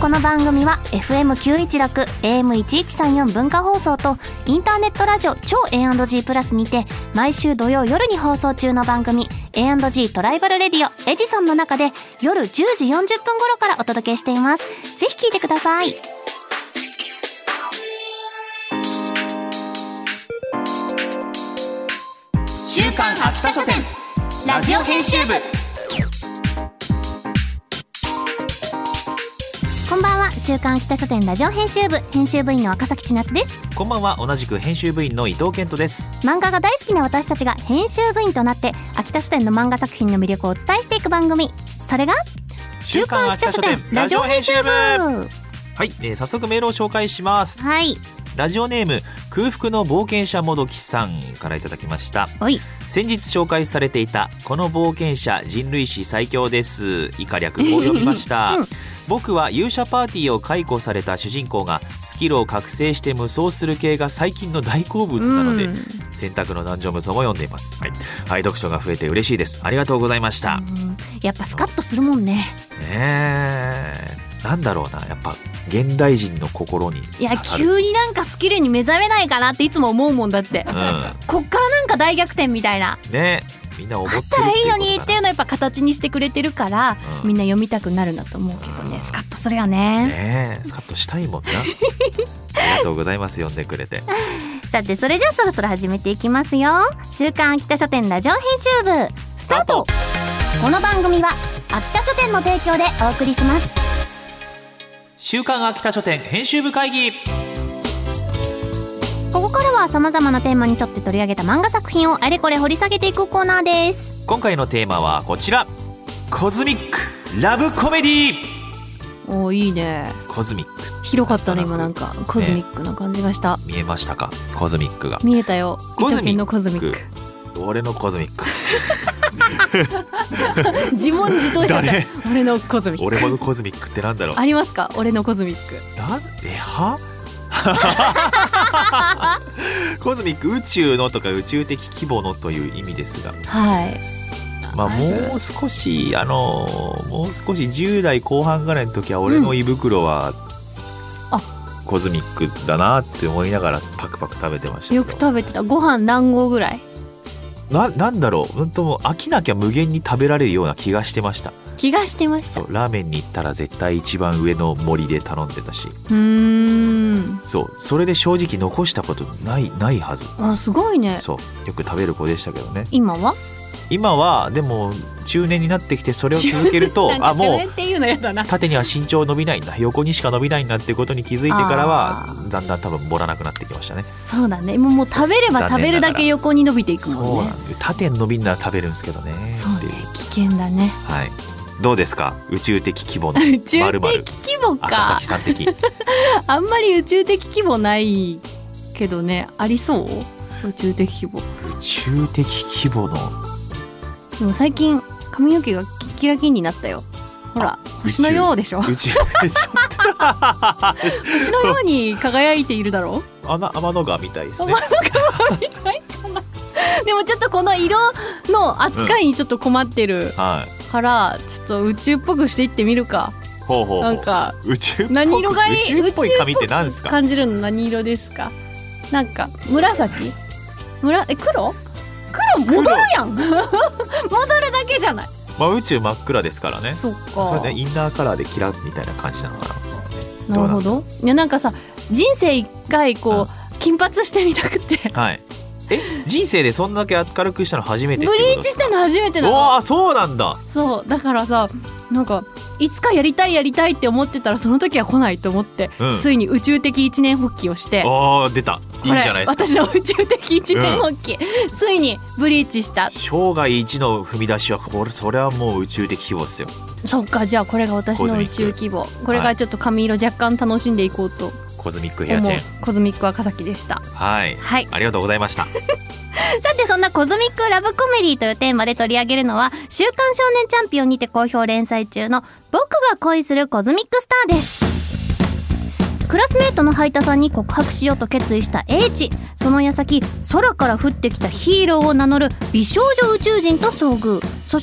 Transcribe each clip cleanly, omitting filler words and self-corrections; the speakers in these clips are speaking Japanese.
この番組は FM916 AM1134 文化放送とインターネットラジオ超 A&G プラスにて毎週土曜夜に放送中の番組 A&G トライバルレディオエジソンの中で夜10時40分頃からお届けしています。ぜひ聞いてください。 週刊秋田書店ラジオ編集部。 こんばんは。週刊秋田書店ラジオ編集部編集部員の赤崎千夏です。 こんばんは。同じく編集部員の伊藤健人です。 漫画が大好きな私たちが編集部員となって秋田書店の漫画作品の魅力をお伝えしていく番組、それが週刊秋田書店ラジオ編集部。 ははい、早速メールを紹介します。 い。 ラジオネーム空腹の冒険者もどきさんからいただきました。先日紹介されていたこの冒険者人類史最強です以下略語を読みました、僕は勇者パーティーを解雇された主人公がスキルを覚醒して無双する系が最近の大好物なので、選択の男女無双も読んでいます。はい、読書が増えて嬉しいです。ありがとうございました。 やっぱスカッとするもんね。 ねえ、なんだろうな、やっぱ現代人の心に刺さる。 いや急になんかスキルに目覚めないかなっていつも思うもんだって、こっからなんか大逆転みたいなね、みんな思ってるあったらいいのにっていうのをやっぱ形にしてくれてるから、みんな読みたくなるなと思うけどね、スカッとするよね。 ねえ、スカッとしたいもんなありがとうございます、読んでくれて。 さてそれじゃあそろそろ始めていきますよ。週刊秋田書店ラジオ編集部スタート。この番組は秋田書店の提供でお送りします。 週刊秋田書店編集部会議。 ここからは様々なテーマに沿って取り上げた漫画作品をあれこれ掘り下げていくコーナーです。 今回のテーマはこちら、コズミックラブコメディ。 おー、いいね。 コズミック広かったね今。なんかコズミックな感じがした、 見えましたか？コズミックが見えたよ。 コズミックのコズミック俺のコズミック自問自答しちゃった。俺のコズミック。 俺のコズミックってなんだろう。 ありますか？俺のコズミック。 はコズミック、宇宙のとか宇宙的規模のという意味ですが、 はい。 まあもう少し10代後半ぐらいの時は俺の胃袋は、コズミックだなって思いながらパクパク食べてましたけど。 よく食べてた。ご飯何合ぐらい？ なんだろう、本当もう飽きなきゃ無限に食べられるような気がしてました。 そう、 ラーメンに行ったら絶対一番上の盛りで頼んでたし。そう、それで正直残したことないはず。 あ、すごいね。 そう、よく食べる子でしたけどね。 今はでも中年になってきてそれを続けるとあ、もうっていうのやだな。 縦には身長伸びないんだ、横にしか伸びないんだっていうことに気づいてからはだんだん多分盛らなくなってきましたね。 そうだね。もう食べれば食べるだけ横に伸びていくもんね。 そうなんで、縦に伸びんなら食べるんですけどね。 そうね、危険だね。 はい、どうですか？宇宙的規模の宇宙的規模か。 赤崎さん的あんまり宇宙的規模ないけどね。ありそう？宇宙的規模。 宇宙的規模の。 でも最近髪の毛がキラキンになったよ。ほら、星のようでしょ。 宇宙星のように輝いているだろう。 天の川みたいですね。 天の川みたいかな。でもちょっとこの色の扱いにちょっと困ってるから、ちょっと宇宙っぽくしていってみるか。なんか宇宙っぽく。 何色がいい？ 宇宙っぽい髪って何ですか？ 感じるの何色ですか？なんか紫？黒戻るやん。戻るだけじゃない。 まあ宇宙真っ暗ですからね。 そっか。 それでインナーカラーでキラッみたいな感じなのかな。 なるほど。いやなんかさ、人生一回こう、金髪してみたくて。 はい。人生でそんだけ明るくしたの初めてってこブとですか？ リーチしたの初めてなの。 わあ、そうなんだ。 そうだからさ、なんかいつかやりたいって思ってたらその時は来ないと思って、ついに宇宙的一年発起をして。 出た。いいじゃないですか。 私の宇宙的一年発起、ついにブリーチした。 生涯一の踏み出しはそれはもう宇宙的規模ですよ。 そっか、じゃあこれが私の宇宙規模。これがちょっと髪色若干楽しんでいこうと。 コズミックヘアチェーン。 コズミック赤崎でした。 はい、ありがとうございましたさてそんなコズミックラブコメディというテーマで取り上げるのは、週刊少年チャンピオンにて好評連載中の僕が恋するコズミックスターです。クラスメートのハイタさんに告白しようと決意した H。 その矢先、空から降ってきたヒーローを名乗る美少女宇宙人と遭遇。そして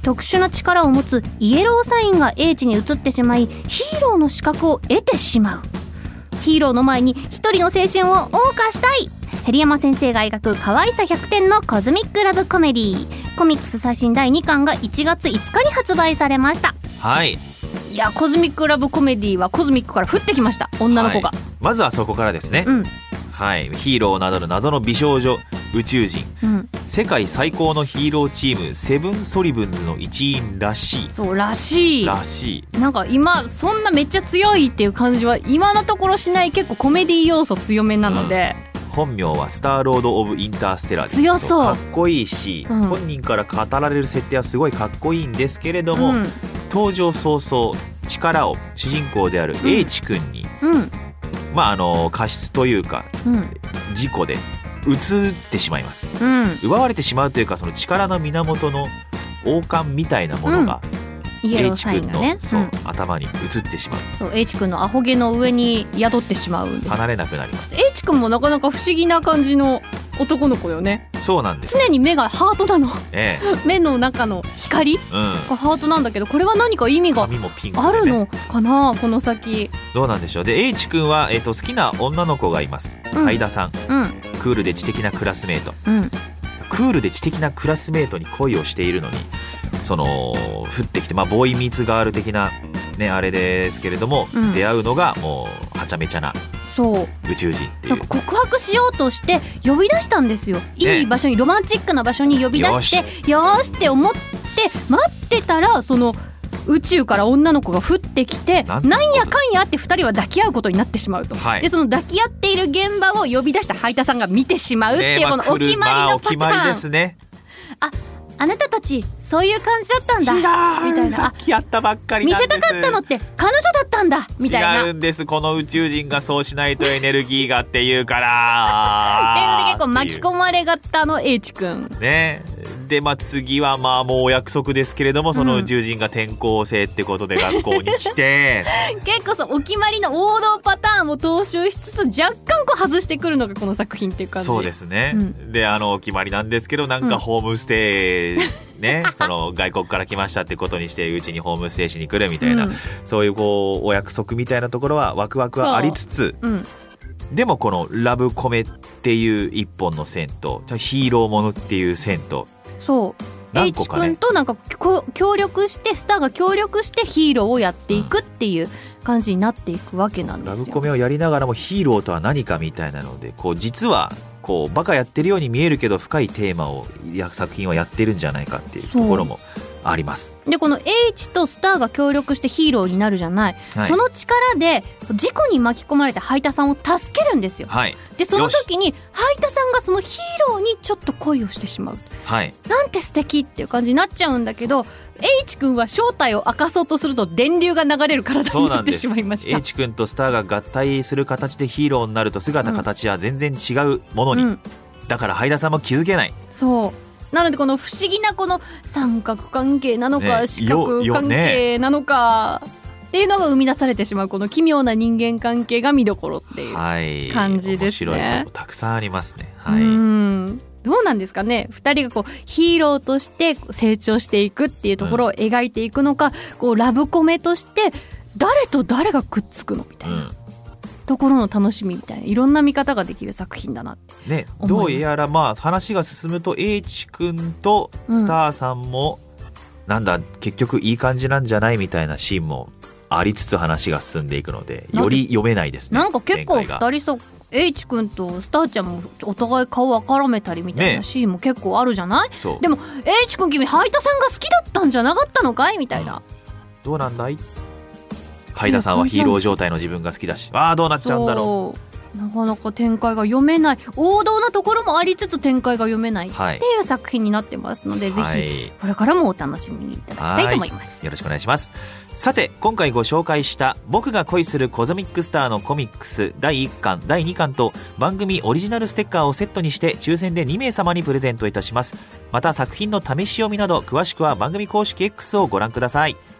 特殊な力を持つイエローサインが英知に移ってしまい、ヒーローの資格を得てしまう。ヒーローの前に一人の青春を謳歌したい。ヘリヤマ先生が描く可愛さ100点のコズミックラブコメディー。コミックス最新第2巻が1月5日に発売されました。 はい。 いや、コズミックラブコメディーはコズミックから降ってきました、女の子が、 はい、まずはそこからですね、はい、ヒーローを名乗る謎の美少女宇宙人、世界最高のヒーローチームセブンソリブンズの一員らしい。 そうらしい。なんか今そんなめっちゃ強いっていう感じは今のところしない。結構コメディ要素強めなので、 本名はスターロード・オブ・インターステラーです。 強そう。 かっこいいし、本人から語られる設定はすごいかっこいいんですけれども、登場早々力を主人公である H 君に、過失というか、事故で移ってしまいます、奪われてしまうというか、その力の源の王冠みたいなものが、H 君の、頭に移ってしまう。 そう、H 君のアホ毛の上に宿ってしまうんです。 離れなくなります。 H 君もなかなか不思議な感じの男の子よね。 そうなんです。 常に目がハートなの、目の中の光、がハートなんだけど、これは何か意味があるのかな、この先。 どうなんでしょう。で H 君は、好きな女の子がいます、海田さん、クールで知的なクラスメート、クールで知的なクラスメートに恋をしているのに、その降ってきて、ボーイミーツガール的なね、あれですけれども、出会うのがもうはちゃめちゃな宇宙人っていう。 告白しようとして呼び出したんですよ、いい場所に、ロマンチックな場所に呼び出して、よーしって思って待ってたら、その宇宙から女の子が降ってきて、なんやかんやって2人は抱き合うことになってしまうと、でその抱き合っている現場を呼び出したハイタさんが見てしまうっていう、このお決まりのパターン、 お決まりですね。 あなたたちそういう感じだったんだみたいな。 さっきやったばっかりなんです。 見せたかったのって彼女だったんだみたいな。 違うんです、この宇宙人がそうしないとエネルギーがっていうからっていうので結構巻き込まれ型の H 君ね。で次はもうお約束ですけれども、その宇宙人が転校生ってことで学校に来て、 結構お決まりの王道パターンを踏襲しつつ、若干外してくるのがこの作品っていう感じ。 そうですね、でお決まりなんですけど、なんかホームステイ、その外国から来ましたってことにしてうちにホームステイしに来るみたいな、そういうお約束みたいなところはワクワクはありつつ、でもこのラブコメっていう一本の線とヒーローものっていう線と、そう、H 君となんか協力して、スターが協力してヒーローをやっていくっていう感じになっていくわけなんですよ。 ラブコメをやりながらもヒーローとは何かみたいなので、実はバカやってるように見えるけど深いテーマを作品はやってるんじゃないかっていうところもあります。 でこの H とスターが協力してヒーローになるじゃない、その力で事故に巻き込まれたハイタさんを助けるんですよ、でその時にハイタさんがそのヒーローにちょっと恋をしてしまう、なんて素敵っていう感じになっちゃうんだけど、H 君は正体を明かそうとすると電流が流れる体になってしまいました。 H 君とスターが合体する形でヒーローになると姿形は全然違うものに、だからハイタさんも気づけない。 そうなのでこの不思議なこの三角関係なのか、四角関係なのかっていうのが生み出されてしまう、この奇妙な人間関係が見どころっていう感じですね。 面白いとこたくさんありますね。 どうなんですかね、2人がヒーローとして成長していくっていうところを描いていくのか、ラブコメとして誰と誰がくっつくのみたいな、ところの楽しみみたいな、いろんな見方ができる作品だなって思います。 どうやら話が進むと H 君とスターさんも、なんだ結局いい感じなんじゃないみたいなシーンもありつつ話が進んでいくので、より読めないですね。 なんか結構2人H 君とスターちゃんもお互い顔を絡めたりみたいなシーンも結構あるじゃない、でも H 君君ハイタさんが好きだったんじゃなかったのかいみたいな、 どうなんだい、ハイタさんはヒーロー状態の自分が好きだし、どうなっちゃうんだろう、 なかなか展開が読めない、王道なところもありつつ展開が読めないっていう作品になってますので、ぜひこれからもお楽しみにいただきたいと思います。 よろしくお願いします。さて今回ご紹介した僕が恋するコズミックスターのコミックス第1巻第2巻と番組オリジナルステッカーをセットにして抽選で2名様にプレゼントいたします。また作品の試し読みなど詳しくは番組公式 X をご覧ください。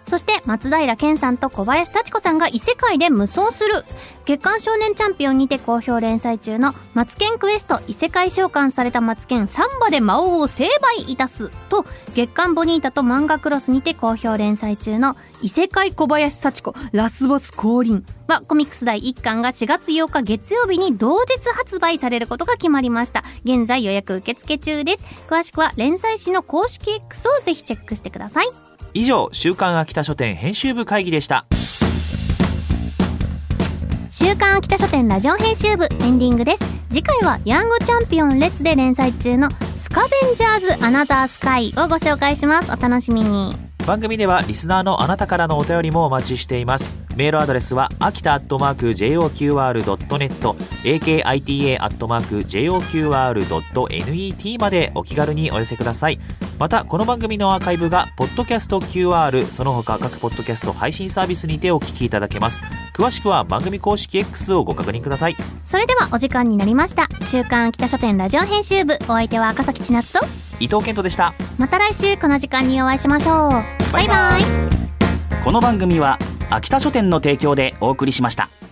そして松平健さんと小林幸子さんが異世界で無双する。月刊少年チャンピオンにて好評連載中のマツケンクエスト異世界召喚されたマツケンサンバで魔王を成敗いたすと、月刊ボニータと漫画クロスにて好評連載中の異世界小林幸子ラスボス降臨はコミックス第1巻が4月8日月曜日に同日発売されることが決まりました。現在予約受付中です。詳しくは連載誌の公式 X をぜひチェックしてください。 以上、週刊秋田書店編集部会議でした。 週刊秋田書店ラジオ編集部エンディングです。次回はヤングチャンピオンレッツで連載中のスカベンジャーズアナザースカイをご紹介します。お楽しみに。 番組ではリスナーのあなたからのお便りもお待ちしています。メールアドレスはakita@joqr.net akita@joqr.net までお気軽にお寄せください。またこの番組のアーカイブがポッドキャスト QR その他各ポッドキャスト配信サービスにてお聞きいただけます。詳しくは番組公式 X をご確認ください。 それではお時間になりました。週刊秋田書店ラジオ編集部、お相手は赤崎千夏と伊藤健人でした。 また来週この時間にお会いしましょう。バイバイ。 この番組は秋田書店の提供でお送りしました。